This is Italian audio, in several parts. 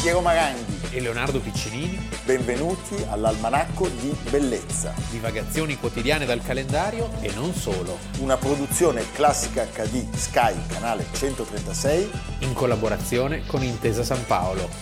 Piero Maranghi e Leonardo Piccinini. Benvenuti all'Almanacco di Bellezza. Divagazioni quotidiane dal calendario e non solo. Una produzione Classica HD Sky, canale 136, in collaborazione con Intesa San Paolo.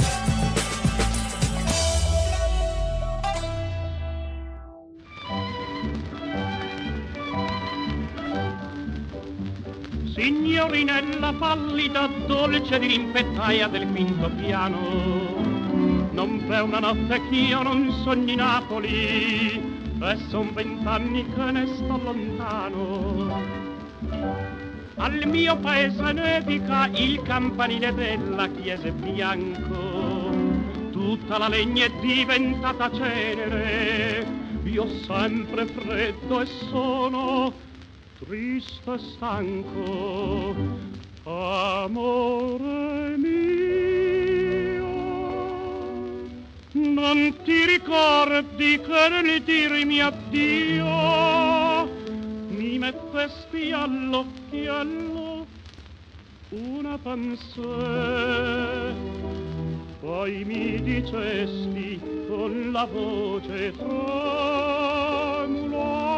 Signorinella pallida, dolce di rimpettaia del quinto piano, non v'è una notte ch'io non sogni Napoli, e son 20 anni che ne sto lontano. Al mio paese nevica il campanile della chiesa bianco, tutta la legna è diventata cenere, io sempre freddo e sono triste e stanco, amore mio. Non ti ricordi che nel dirmi addio mi mettesti all'occhiello una pensée, poi mi dicesti con la voce tremula: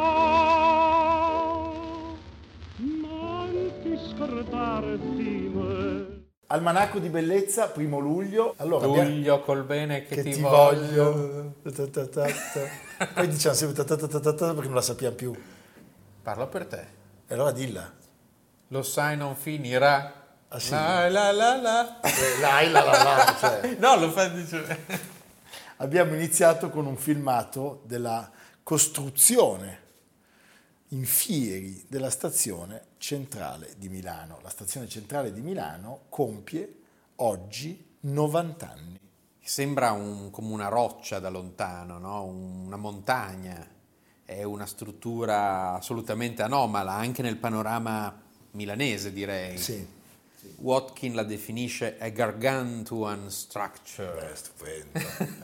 scordarti me. Almanacco di Bellezza, 1 luglio. Allora, Luglio col bene che ti voglio. Poi diciamo sempre perché non la sappiamo più. Parlo per te. E allora dilla. Lo sai non finirà. Ah, sì. La. Cioè. No, lo fa dice. Abbiamo iniziato con un filmato della costruzione in fieri della stazione centrale di Milano. La stazione centrale di Milano compie oggi 90 anni. Sembra come una roccia da lontano, no? Una montagna. È una struttura assolutamente anomala, anche nel panorama milanese, direi. Sì. Watkin la definisce a gargantuan structure. Stupendo.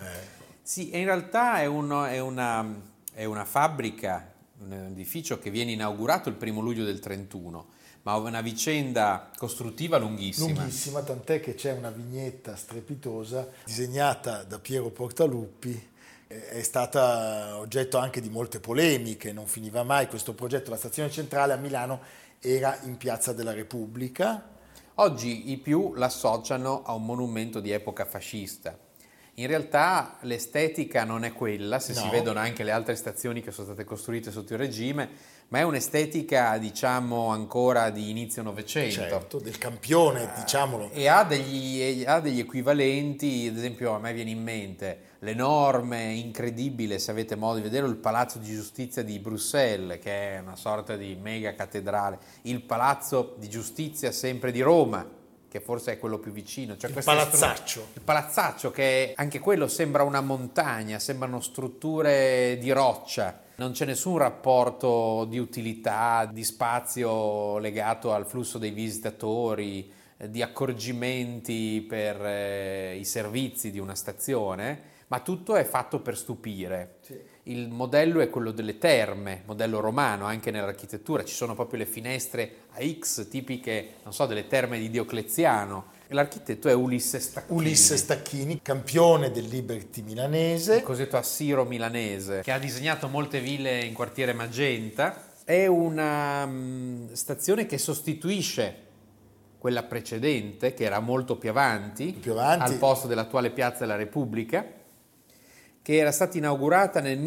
Sì, in realtà è una fabbrica, un edificio che viene inaugurato il 1 luglio del 31, ma ha una vicenda costruttiva lunghissima. Tant'è che c'è una vignetta strepitosa disegnata da Piero Portaluppi. È stata oggetto anche di molte polemiche, non finiva mai questo progetto. La stazione centrale a Milano era in Piazza della Repubblica. Oggi i più l'associano a un monumento di epoca fascista. In realtà l'estetica non è quella, se si vedono anche le altre stazioni che sono state costruite sotto il regime, ma è un'estetica, diciamo, ancora di inizio Novecento. Certo, del campione, diciamolo. E ha degli equivalenti, ad esempio a me viene in mente l'enorme, incredibile, se avete modo di vederlo, il Palazzo di Giustizia di Bruxelles, che è una sorta di mega cattedrale, il Palazzo di Giustizia sempre di Roma, che forse è quello più vicino. Cioè il palazzaccio. Il palazzaccio, che anche quello sembra una montagna, sembrano strutture di roccia. Non c'è nessun rapporto di utilità, di spazio legato al flusso dei visitatori, di accorgimenti per i servizi di una stazione, ma tutto è fatto per stupire. Sì. Il modello è quello delle terme, modello romano, anche nell'architettura. Ci sono proprio le finestre a X tipiche, non so, delle terme di Diocleziano. L'architetto è Ulisse Stacchini, campione del Liberty milanese. Il cosiddetto assiro milanese, che ha disegnato molte ville in quartiere Magenta. È una stazione che sostituisce quella precedente, che era molto più avanti, al posto dell'attuale Piazza della Repubblica, che era stata inaugurata nel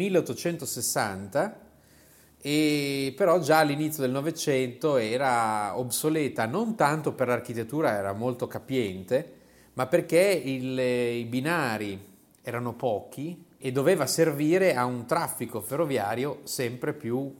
1860 e però già all'inizio del Novecento era obsoleta, non tanto per l'architettura, era molto capiente, ma perché i binari erano pochi e doveva servire a un traffico ferroviario sempre più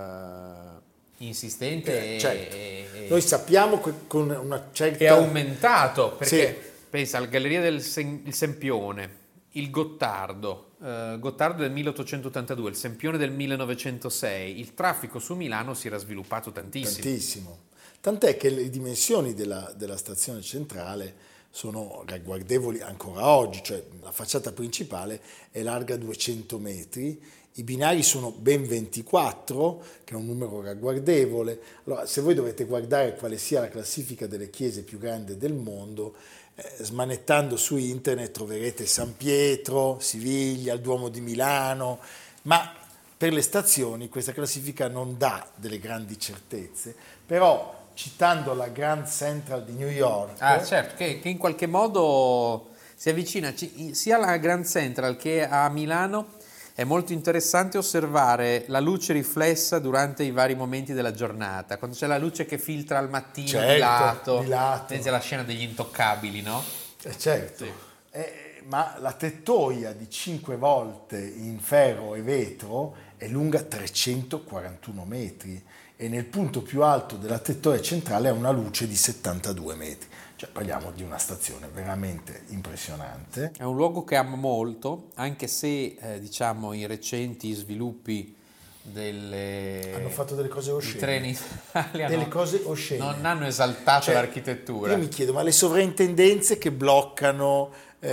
insistente. Certo. Noi sappiamo che con una certa... Che è aumentato, perché pensa alla Galleria del Sempione, il Gottardo del 1882, il Sempione del 1906, il traffico su Milano si era sviluppato tantissimo. Tant'è che le dimensioni della stazione centrale sono ragguardevoli ancora oggi, cioè la facciata principale è larga 200 metri I binari sono ben 24, che è un numero ragguardevole. Allora, se voi dovete guardare quale sia la classifica delle chiese più grandi del mondo, smanettando su internet troverete San Pietro, Siviglia, il Duomo di Milano, ma per le stazioni questa classifica non dà delle grandi certezze, però citando la Grand Central di New York... certo, che in qualche modo si avvicina sia alla Grand Central che a Milano. È molto interessante osservare la luce riflessa durante i vari momenti della giornata, quando c'è la luce che filtra al mattino, certo, di lato. C'è la scena degli intoccabili, no? Certo, sì. Ma la tettoia di 5 volte in ferro e vetro è lunga 341 metri e nel punto più alto della tettoia centrale ha una luce di 72 metri. Cioè, parliamo di una stazione veramente impressionante. È un luogo che amo molto, anche se diciamo i recenti sviluppi hanno fatto delle cose oscene. I treni in Italia delle cose oscene. Non hanno esaltato l'architettura. Io mi chiedo, ma le sovrintendenze che bloccano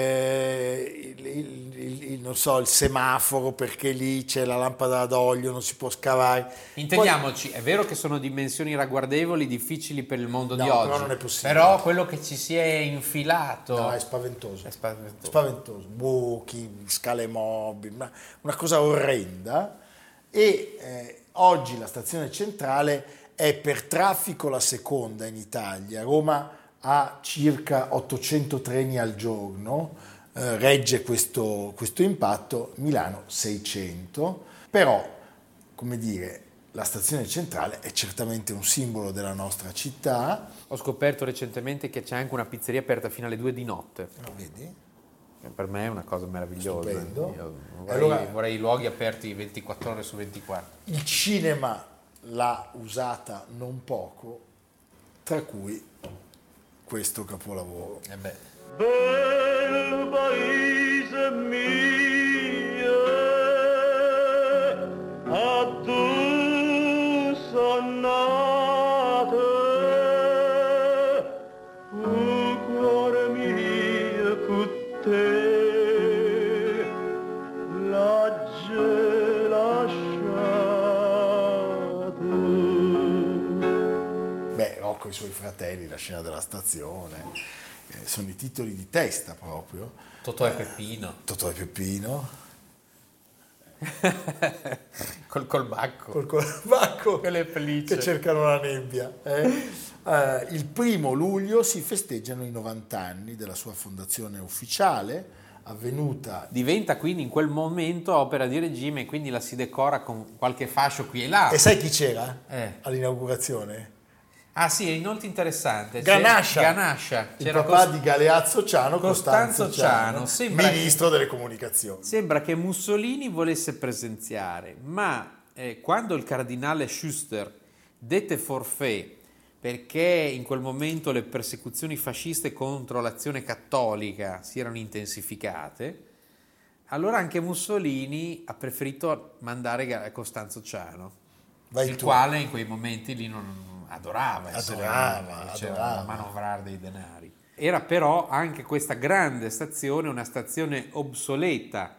non so, il semaforo perché lì c'è la lampada ad olio, non si può scavare. Intendiamoci, è vero che sono dimensioni ragguardevoli, difficili per il mondo di oggi. Però non è possibile. Però quello che ci si è infilato... No, è spaventoso. Spaventoso. Buchi, scale mobili, una cosa orrenda. E oggi la stazione centrale è per traffico la seconda in Italia. Roma ha circa 800 treni al giorno, regge questo impatto, Milano 600, però, come dire, la stazione centrale è certamente un simbolo della nostra città. Ho scoperto recentemente che c'è anche una pizzeria aperta fino alle 2 di notte. Lo vedi? Per me è una cosa meravigliosa. Stupendo. Vorrei luoghi aperti 24 ore su 24. Il cinema l'ha usata non poco, tra cui questo capolavoro. Bel paese mio, a tu son nato, cuore mio con te, l'agge lasciato. Rocco e i suoi fratelli, la scena della stazione, sono i titoli di testa proprio. Totò e Peppino. Totò e Peppino. col bacco. Col bacco Quelle pellicce. che cercano la nebbia. Il 1 luglio si festeggiano i 90 anni della sua fondazione ufficiale, avvenuta... Diventa quindi in quel momento opera di regime e quindi la si decora con qualche fascio qui e là. E sai chi c'era all'inaugurazione? Ah sì, è inoltre interessante. Ganascia. Il papà di Galeazzo Ciano, Costanzo Ciano, ministro delle comunicazioni. Sembra che Mussolini volesse presenziare, ma quando il cardinale Schuster dette forfait perché in quel momento le persecuzioni fasciste contro l'azione cattolica si erano intensificate, allora anche Mussolini ha preferito mandare Costanzo Ciano, quale in quei momenti lì non adorava manovrare dei denari. Era però anche questa grande stazione una stazione obsoleta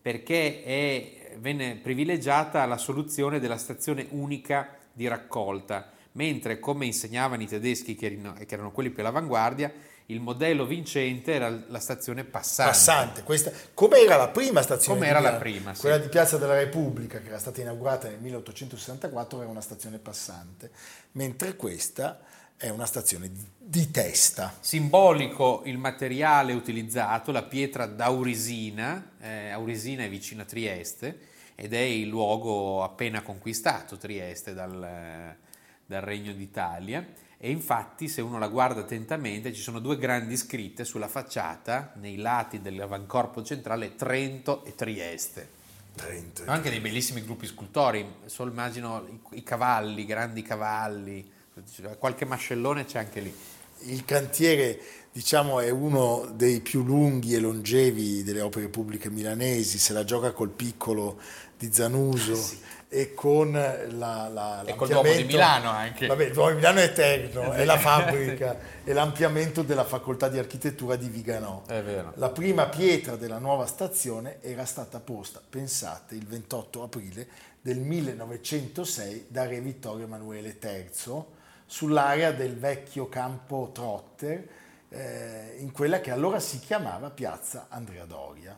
perché venne privilegiata la soluzione della stazione unica di raccolta, mentre come insegnavano i tedeschi che erano quelli più all'avanguardia, il modello vincente era la stazione passante. Questa, come era la prima stazione? Come era la prima, quella di Piazza della Repubblica, che era stata inaugurata nel 1864, era una stazione passante, mentre questa è una stazione di testa. Simbolico il materiale utilizzato, la pietra d'Aurisina. Aurisina è vicino a Trieste ed è il luogo appena conquistato, Trieste, dal Regno d'Italia. E infatti, se uno la guarda attentamente, ci sono due grandi scritte sulla facciata, nei lati dell'avancorpo centrale, Trento e Trieste. Anche dei bellissimi gruppi scultori, solo immagino i cavalli, grandi cavalli, qualche mascellone c'è anche lì. Il cantiere, diciamo, è uno dei più lunghi e longevi delle opere pubbliche milanesi, se la gioca col piccolo di Zanuso. e con E col Duomo di Milano anche. Vabbè, il Duomo di Milano è eterno, è la fabbrica, e l'ampliamento della facoltà di architettura di Viganò. È vero. La prima pietra della nuova stazione era stata posta, pensate, il 28 aprile del 1906 da Re Vittorio Emanuele III sull'area del vecchio campo Trotter, in quella che allora si chiamava Piazza Andrea Doria.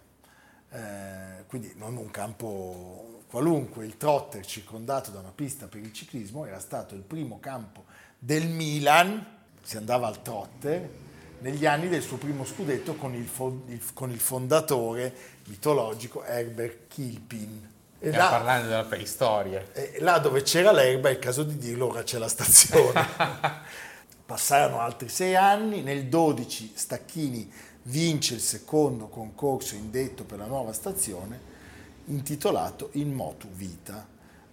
Quindi non un campo qualunque, il Trotter, circondato da una pista per il ciclismo, era stato il primo campo del Milan, si andava al Trotter, negli anni del suo primo scudetto con il fondatore mitologico Herbert Kilpin. E Stiamo parlando della preistoria. Là dove c'era l'erba, è il caso di dirlo, ora c'è la stazione. Passarono altri 6 anni, nel 12 Stacchini vince il secondo concorso indetto per la nuova stazione, intitolato In Motu Vita.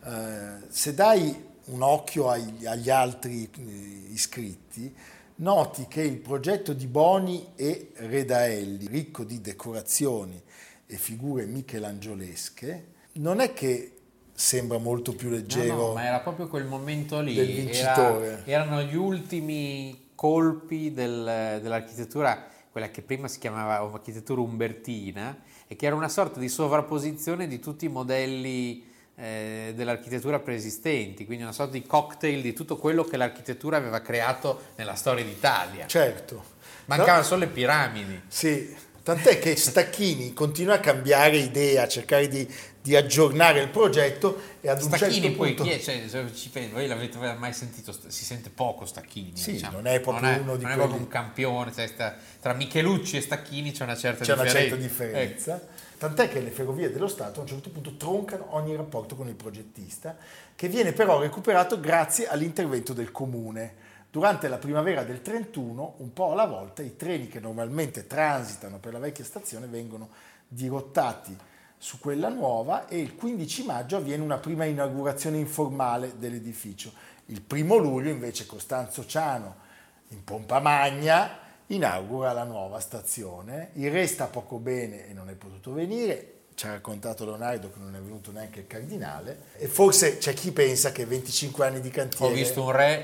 Se dai un occhio agli altri iscritti, noti che il progetto di Boni e Redaelli, ricco di decorazioni e figure michelangiolesche, non è che sembra molto più leggero. No, ma era proprio quel momento lì, del vincitore. Erano gli ultimi colpi dell'architettura, quella che prima si chiamava architettura umbertina, e che era una sorta di sovrapposizione di tutti i modelli dell'architettura preesistenti, quindi una sorta di cocktail di tutto quello che l'architettura aveva creato nella storia d'Italia. Certo. Mancavano solo le piramidi. Sì, tant'è che Stacchini continua a cambiare idea, a cercare di aggiornare il progetto, e ad un Stacchini certo poi punto... voi l'avete mai sentito? Si sente poco Stacchini. Sì, diciamo. non è proprio uno di non è quelli... proprio un campione, cioè tra Michelucci e Stacchini c'è una certa differenza. Tant'è che le Ferrovie dello Stato a un certo punto troncano ogni rapporto con il progettista, che viene però recuperato grazie all'intervento del comune. Durante la primavera del 31, un po' alla volta, i treni che normalmente transitano per la vecchia stazione vengono dirottati su quella nuova, e il 15 maggio avviene una prima inaugurazione informale dell'edificio. Il 1 luglio invece Costanzo Ciano, in pompa magna, inaugura la nuova stazione. Il re sta poco bene e non è potuto venire. Ci ha raccontato Leonardo che non è venuto neanche il cardinale, e forse c'è chi pensa che 25 anni di cantiere... Ho visto un re,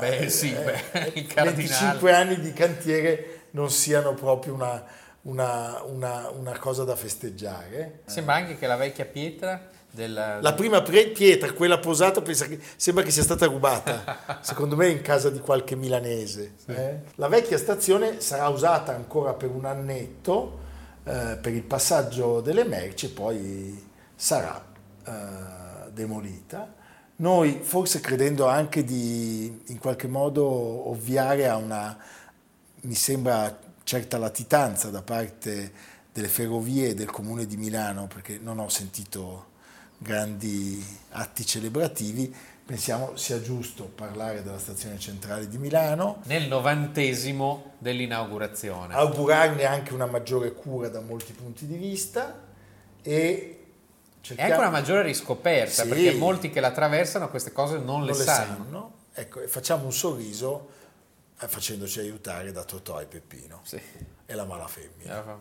il cardinale. 25 anni di cantiere non siano proprio una cosa da festeggiare. Sembra anche che la vecchia pietra la prima pietra, quella posata, sembra che sia stata rubata, secondo me in casa di qualche milanese. Sì. La vecchia stazione sarà usata ancora per un annetto per il passaggio delle merci, e poi sarà demolita. Noi, forse credendo anche di in qualche modo ovviare a una, mi sembra, certa latitanza da parte delle ferrovie e del Comune di Milano, perché non ho sentito grandi atti celebrativi, pensiamo sia giusto parlare della stazione centrale di Milano. Nel 90° dell'inaugurazione. Augurarne anche una maggiore cura da molti punti di vista, e anche una maggiore riscoperta, sì, perché molti che la attraversano queste cose non le sanno. Ecco, e facciamo un sorriso facendoci aiutare da Totò e Peppino. Sì. E la mala femmina.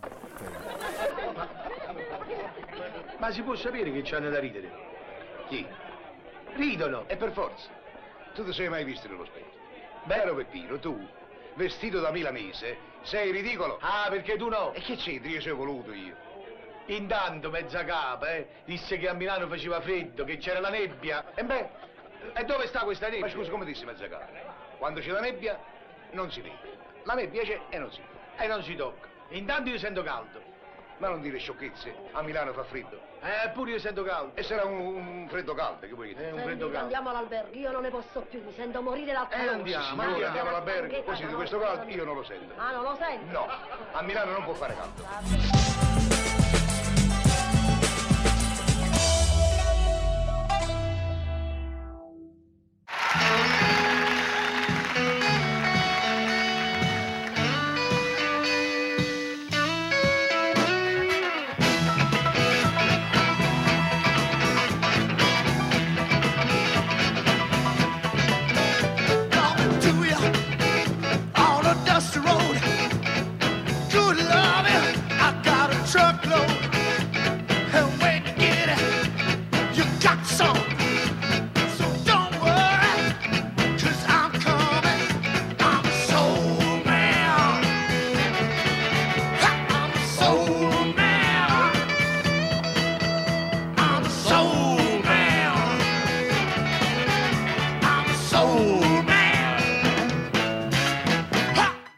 Ma si può sapere che c'hanno da ridere? Chi? Ridono. E per forza. Tu ti sei mai visto nello specchio? Beh. Caro Peppino, tu, vestito da milanese, sei ridicolo. Ah, perché tu no? E che c'entri? Io ci ho voluto io. Intanto mezza capa, disse che a Milano faceva freddo, che c'era la nebbia. E beh, E dove sta questa nebbia? ma scusa, come disse mezza capa? Quando c'è la nebbia, non si vede. La nebbia c'è e non si vede. E non si tocca. Intanto io sento caldo. Ma non dire sciocchezze, a Milano fa freddo. Pure io sento caldo. E sarà un freddo caldo, che vuoi dire? Un freddo caldo. Andiamo all'albergo, io non ne posso più, mi sento morire dal calore. Andiamo, Signore, andiamo all'albergo, stanchezza, così di no, questo no, caldo no. io non lo sento. Ah, non lo senti? No, a Milano non può fare caldo. Talking to you on a dusty road. Good loving, I got a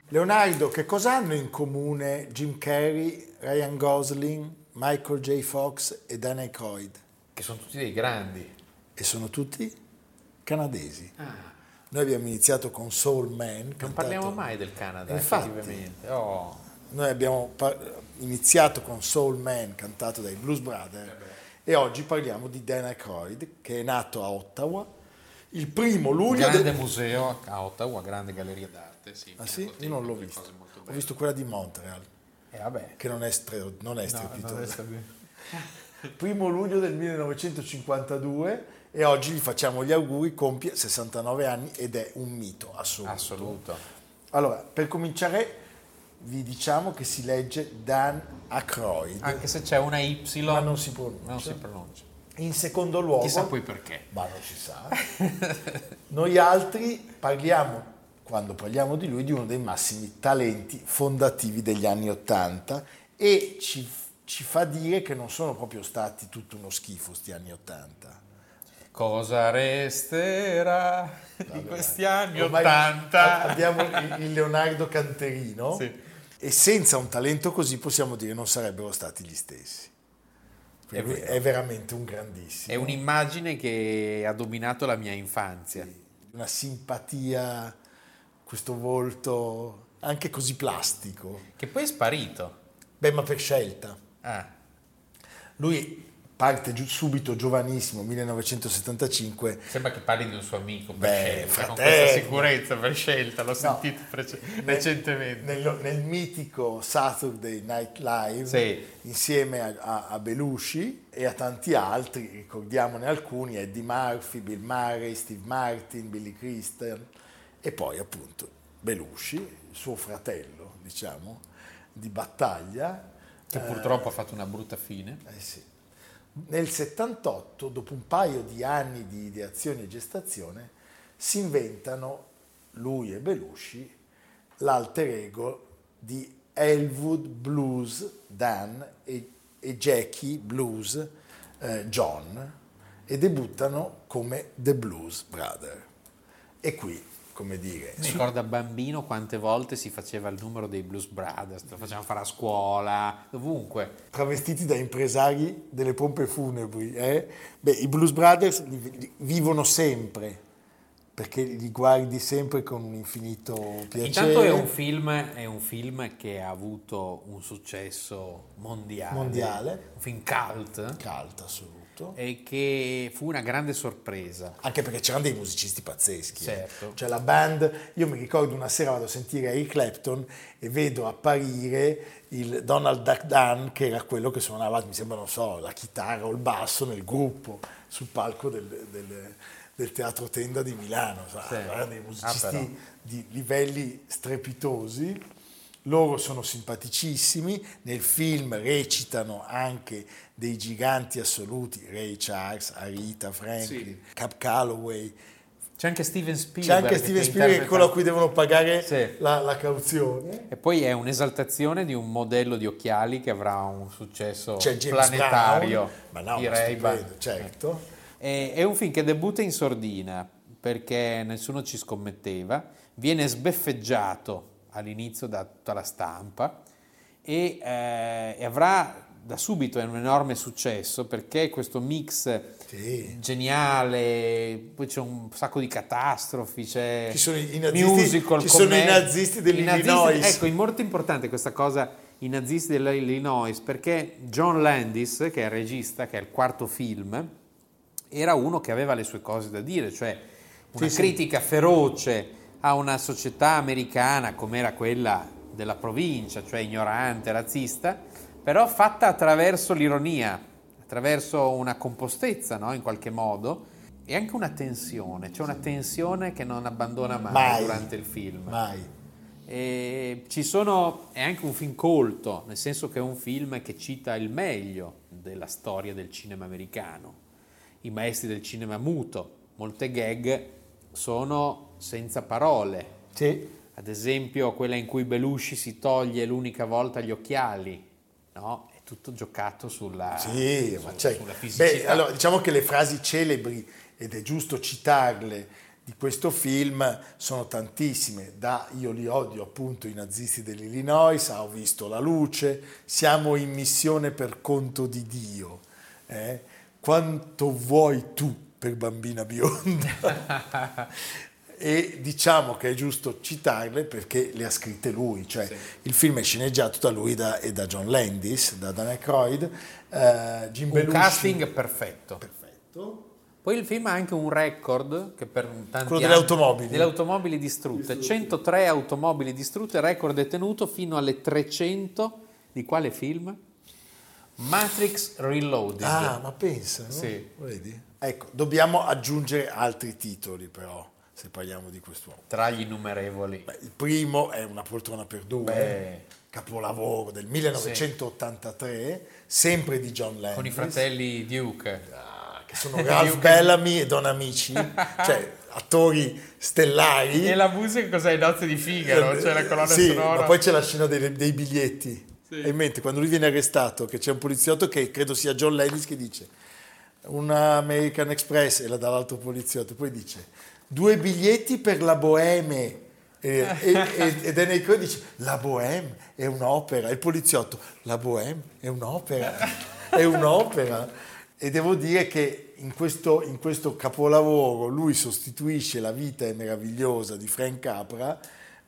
Leonardo, che cosa hanno in comune Jim Carrey, Ryan Gosling, Michael J. Fox e Dan Aykroyd? Che sono tutti dei grandi. E sono tutti canadesi. Noi abbiamo iniziato con Soul Man. Non parliamo mai del Canada, Infatti. effettivamente. Oh. Noi abbiamo iniziato con Soul Man, cantato dai Blues Brothers, e oggi parliamo di Dan Aykroyd, che è nato a Ottawa il 1 luglio Grande museo a Ottawa, grande galleria d'arte. Sì, Ah sì? Io non l'ho visto. Ho visto quella di Montreal, Vabbè. che non è Non strepitosa. resta più. 1 luglio del 1952, e oggi gli facciamo gli auguri, compie 69 anni ed è un mito assoluto. Assoluto. Allora, per cominciare vi diciamo che si legge Dan Aykroyd, Anche se c'è una Y, ma non si pronuncia. non si pronuncia. In secondo luogo, Chissà poi perché. ma non si sa, noi altri parliamo, quando parliamo di lui, di uno dei massimi talenti fondativi degli anni ¡80, e ci fa dire che non sono proprio stati tutto uno schifo sti anni '80. Cosa resterà di questi anni Ormai '80? Abbiamo il Leonardo Canterino, Sì. e senza un talento così possiamo dire non sarebbero stati gli stessi. Quindi è veramente un grandissimo. È un'immagine che ha dominato la mia infanzia. Una simpatia, questo volto anche così plastico. Che poi è sparito. Beh, ma per scelta. Ah, Lui parte subito giovanissimo, 1975. sembra che parli di un suo amico per Beh, scelta, con fratello. questa sicurezza per scelta, l'ho sentito recentemente. Nel mitico Saturday Night Live, Sì. insieme a Belushi e a tanti altri, ricordiamone alcuni: Eddie Murphy, Bill Murray, Steve Martin, Billy Crystal, e poi appunto Belushi, suo fratello, diciamo, di battaglia. Che purtroppo ha fatto una brutta fine. Sì. Nel 78, dopo un paio di anni di ideazione e gestazione, si inventano, lui e Belushi, l'alter ego di Elwood Blues Dan e Jackie Blues John, e debuttano come The Blues Brother. E qui, come dire, Mi ricordo da bambino quante volte si faceva il numero dei Blues Brothers, lo facevano fare a scuola, dovunque. travestiti da impresari delle pompe funebri. Beh, i Blues Brothers vivono sempre, perché li guardi sempre con un infinito piacere. Intanto è un film che ha avuto un successo mondiale. Un film cult, assoluto. e che fu una grande sorpresa. Anche perché c'erano dei musicisti pazzeschi. Certo. Cioè la band, io mi ricordo una sera vado a sentire Eric Clapton e vedo apparire il Donald Duck Dunn, che era quello che suonava, mi sembra, non so, la chitarra o il basso nel gruppo, sul palco del Teatro Tenda di Milano. Sì. Erano dei Però. musicisti di livelli strepitosi. Loro sono simpaticissimi, nel film recitano anche dei giganti assoluti: Ray Charles, Aretha Franklin, Cab Calloway. C'è anche Steven Spielberg. C'è anche Steven che Spielberg, interpreta- quello a cui devono pagare Sì. la cauzione. E poi è un'esaltazione di un modello di occhiali che avrà un successo C'è James planetario. Brown, ma no, di ma Ray-Ban. stupendo, certo. È un film che debutta in sordina perché nessuno ci scommetteva, viene sbeffeggiato all'inizio da tutta la stampa e avrà da subito un enorme successo perché questo mix geniale, poi c'è un sacco di catastrofi, c'è Ci sono i nazisti, musical, ci sono i commedia. nazisti dell'Illinois. Ecco, è molto importante questa cosa, i nazisti dell'Illinois, perché John Landis, che è il regista, che è il quarto film, era uno che aveva le sue cose da dire, cioè una critica feroce a una società americana come era quella della provincia, cioè ignorante, razzista, però fatta attraverso l'ironia, attraverso una compostezza, no? In qualche modo, e anche una tensione, c'è una tensione che non abbandona mai durante il film. Mai. E è anche un film colto, nel senso che è un film che cita il meglio della storia del cinema americano, i maestri del cinema muto, molte gag sono senza parole. Sì. Ad esempio quella in cui Belushi si toglie l'unica volta gli occhiali, no? È tutto giocato sulla Sì, ma c'è. sulla fisicità. Allora, diciamo che le frasi celebri, ed è giusto citarle, di questo film sono tantissime, io li odio appunto i nazisti dell'Illinois, Ho visto la luce, Siamo in missione per conto di Dio, Quanto vuoi tu per bambina bionda. E diciamo che è giusto citarle perché le ha scritte lui, cioè sì. Il film è sceneggiato da lui e da John Landis, da Dan Aykroyd, Jim Belushi. Un casting perfetto. Poi il film ha anche un record che per tanti quello anni, delle automobili distrutte, 103 automobili distrutte, il record è tenuto fino alle 300 di quale film? Matrix Reloaded. Ah, ma pensa, no? Sì. Vedi? Ecco, dobbiamo aggiungere altri titoli però, se parliamo di quest'uomo. Tra gli innumerevoli. Il primo è Una poltrona per due, capolavoro del 1983, sempre di John Landis. Con i fratelli Duke. Che sono Ralph Bellamy e Don Amici, cioè attori stellari. E la musica cos'è? Nozze di Figaro, c'è la colonna sonora. Ma poi c'è la scena dei biglietti. Sì. E in mente, quando lui viene arrestato, che c'è un poliziotto che credo sia John Landis che dice una American Express, e la dà l'altro poliziotto, poi dice 2 biglietti per la Bohème. E Dan Aykroyd dice la Bohème è un'opera. Il poliziotto, la Bohème è un'opera. È un'opera. E devo dire che in questo capolavoro lui sostituisce La vita è meravigliosa di Frank Capra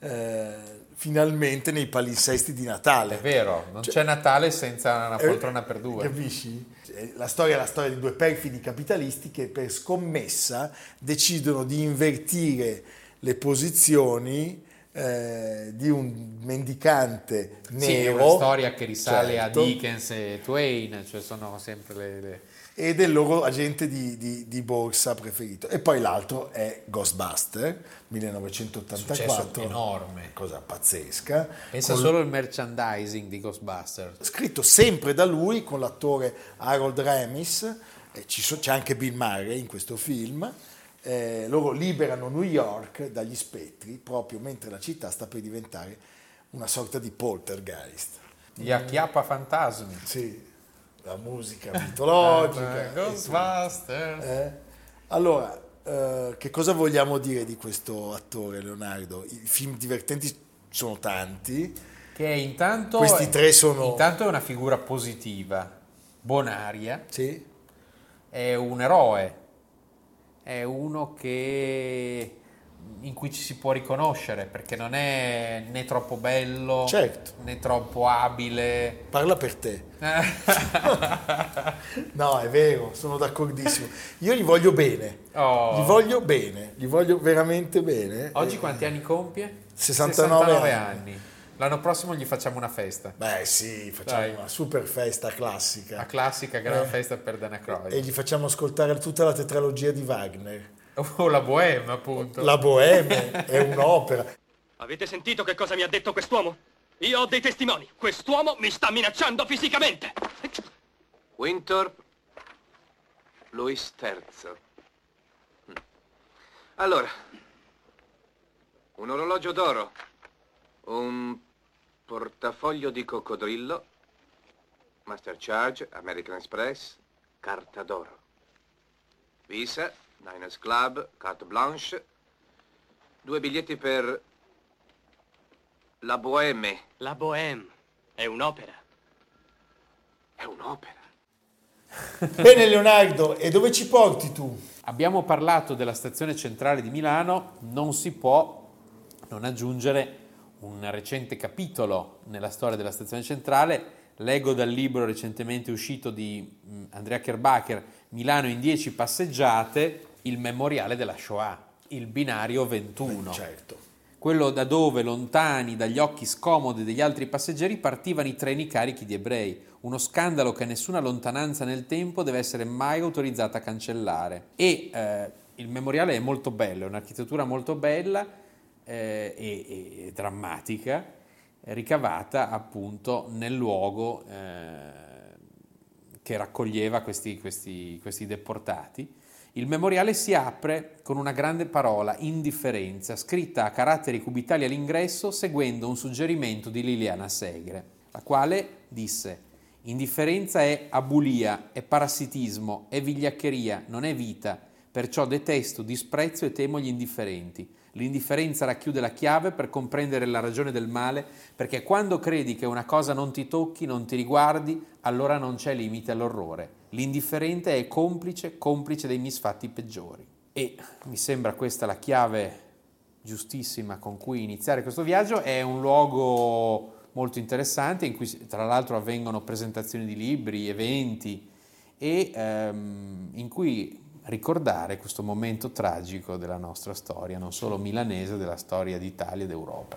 finalmente nei palinsesti di Natale. È vero, non c'è Natale senza Una poltrona per due. Capisci? La storia è la storia di 2 perfidi capitalisti che per scommessa decidono di invertire le posizioni di un mendicante nero. Sì, è una storia che risale certo, a Dickens e Twain, cioè sono sempre le... e del loro agente di borsa preferito. E poi l'altro è Ghostbuster 1984, successo enorme, cosa pazzesca. Pensa solo al merchandising di Ghostbuster, scritto sempre da lui con l'attore Harold Ramis, c'è anche Bill Murray in questo film. Loro liberano New York dagli spettri proprio mentre la città sta per diventare una sorta di poltergeist. Gli acchiappa fantasmi. Sì, la musica mitologica. Ghostbusters. Allora, che cosa vogliamo dire di questo attore, Leonardo? I film divertenti sono tanti. Che intanto questi 3 sono... Intanto è una figura positiva, bonaria. Sì. È un eroe. È uno in cui ci si può riconoscere, perché non è né troppo bello, certo, né troppo abile. Parla per te. No, è vero, sono d'accordissimo. Io gli voglio bene. Gli voglio veramente bene. Oggi quanti anni compie? 69 anni. L'anno prossimo gli facciamo una festa. Beh sì, facciamo una super festa classica. La classica gran festa per Dan Aykroyd. E gli facciamo ascoltare tutta la tetralogia di Wagner. Oh, la Bohème, appunto. La Bohème è un'opera. Avete sentito che cosa mi ha detto quest'uomo? Io ho dei testimoni. Quest'uomo mi sta minacciando fisicamente. Winthorpe, Louis III. Allora, un orologio d'oro, un portafoglio di coccodrillo, Master Charge, American Express, carta d'oro, Visa, Diners Club, carte blanche, 2 biglietti per la Bohème. La Bohème è un'opera. È un'opera. Bene Leonardo, e dove ci porti tu? Abbiamo parlato della stazione centrale di Milano, non si può non aggiungere un recente capitolo nella storia della stazione centrale. Leggo dal libro recentemente uscito di Andrea Kerbacher, Milano in 10 passeggiate, il memoriale della Shoah, il binario 21. Certo. Quello da dove, lontani dagli occhi scomodi degli altri passeggeri, partivano i treni carichi di ebrei. Uno scandalo che nessuna lontananza nel tempo deve essere mai autorizzata a cancellare. E il memoriale è molto bello, è un'architettura molto bella e drammatica, ricavata appunto nel luogo che raccoglieva questi deportati. Il memoriale si apre con una grande parola, indifferenza, scritta a caratteri cubitali all'ingresso seguendo un suggerimento di Liliana Segre, la quale disse: indifferenza è abulia, è parassitismo, è vigliaccheria, non è vita. Perciò detesto, disprezzo e temo gli indifferenti. L'indifferenza racchiude la chiave per comprendere la ragione del male, perché quando credi che una cosa non ti tocchi, non ti riguardi, allora non c'è limite all'orrore. L'indifferente è complice dei misfatti peggiori. E mi sembra questa la chiave giustissima con cui iniziare questo viaggio. È un luogo molto interessante in cui tra l'altro avvengono presentazioni di libri, eventi e in cui ricordare questo momento tragico della nostra storia, non solo milanese, della storia d'Italia e d'Europa.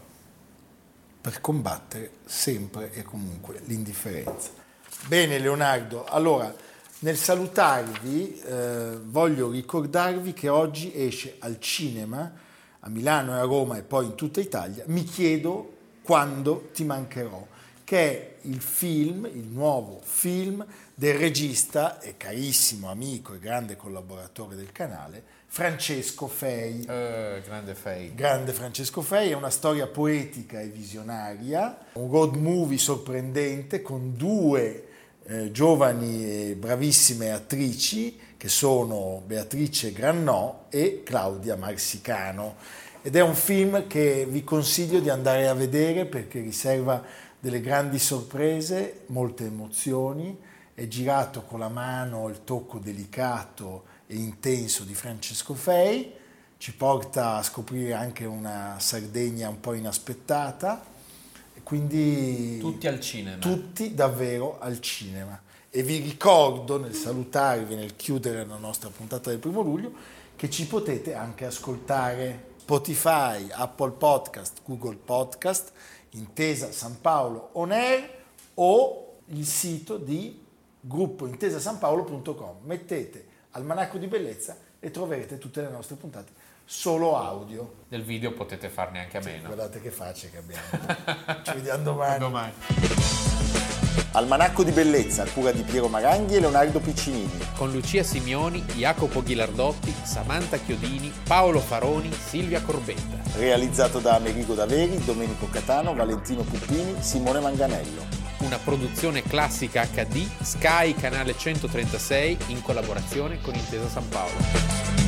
Per combattere sempre e comunque l'indifferenza. Bene Leonardo, allora nel salutarvi voglio ricordarvi che oggi esce al cinema a Milano e a Roma e poi in tutta Italia Mi chiedo quando ti mancherò, che è il nuovo film del regista e carissimo amico e grande collaboratore del canale Francesco Fei. Grande Fei. Grande Francesco Fei, è una storia poetica e visionaria, un road movie sorprendente con due giovani e bravissime attrici che sono Beatrice Grannò e Claudia Marsicano, ed è un film che vi consiglio di andare a vedere perché riserva delle grandi sorprese, molte emozioni, è girato con la mano, il tocco delicato e intenso di Francesco Fei, ci porta a scoprire anche una Sardegna un po' inaspettata, e quindi tutti al cinema. Tutti davvero al cinema. E vi ricordo, nel salutarvi, nel chiudere la nostra puntata del 1 luglio, che ci potete anche ascoltare Spotify, Apple Podcast, Google Podcast, Intesa San Paolo On Air o il sito di gruppo intesasanpaolo.com. Mettete Almanacco di Bellezza e troverete tutte le nostre puntate solo audio. Del video potete farne anche a meno. Guardate che facce che abbiamo. Ci vediamo domani. Almanacco di Bellezza, a cura di Piero Maranghi e Leonardo Piccinini. Con Lucia Simioni, Jacopo Ghilardotti, Samantha Chiodini, Paolo Faroni, Silvia Corbetta. Realizzato da Amerigo Daveri, Domenico Catano, Valentino Puppini, Simone Manganello. Una produzione classica HD, Sky Canale 136 in collaborazione con Intesa San Paolo.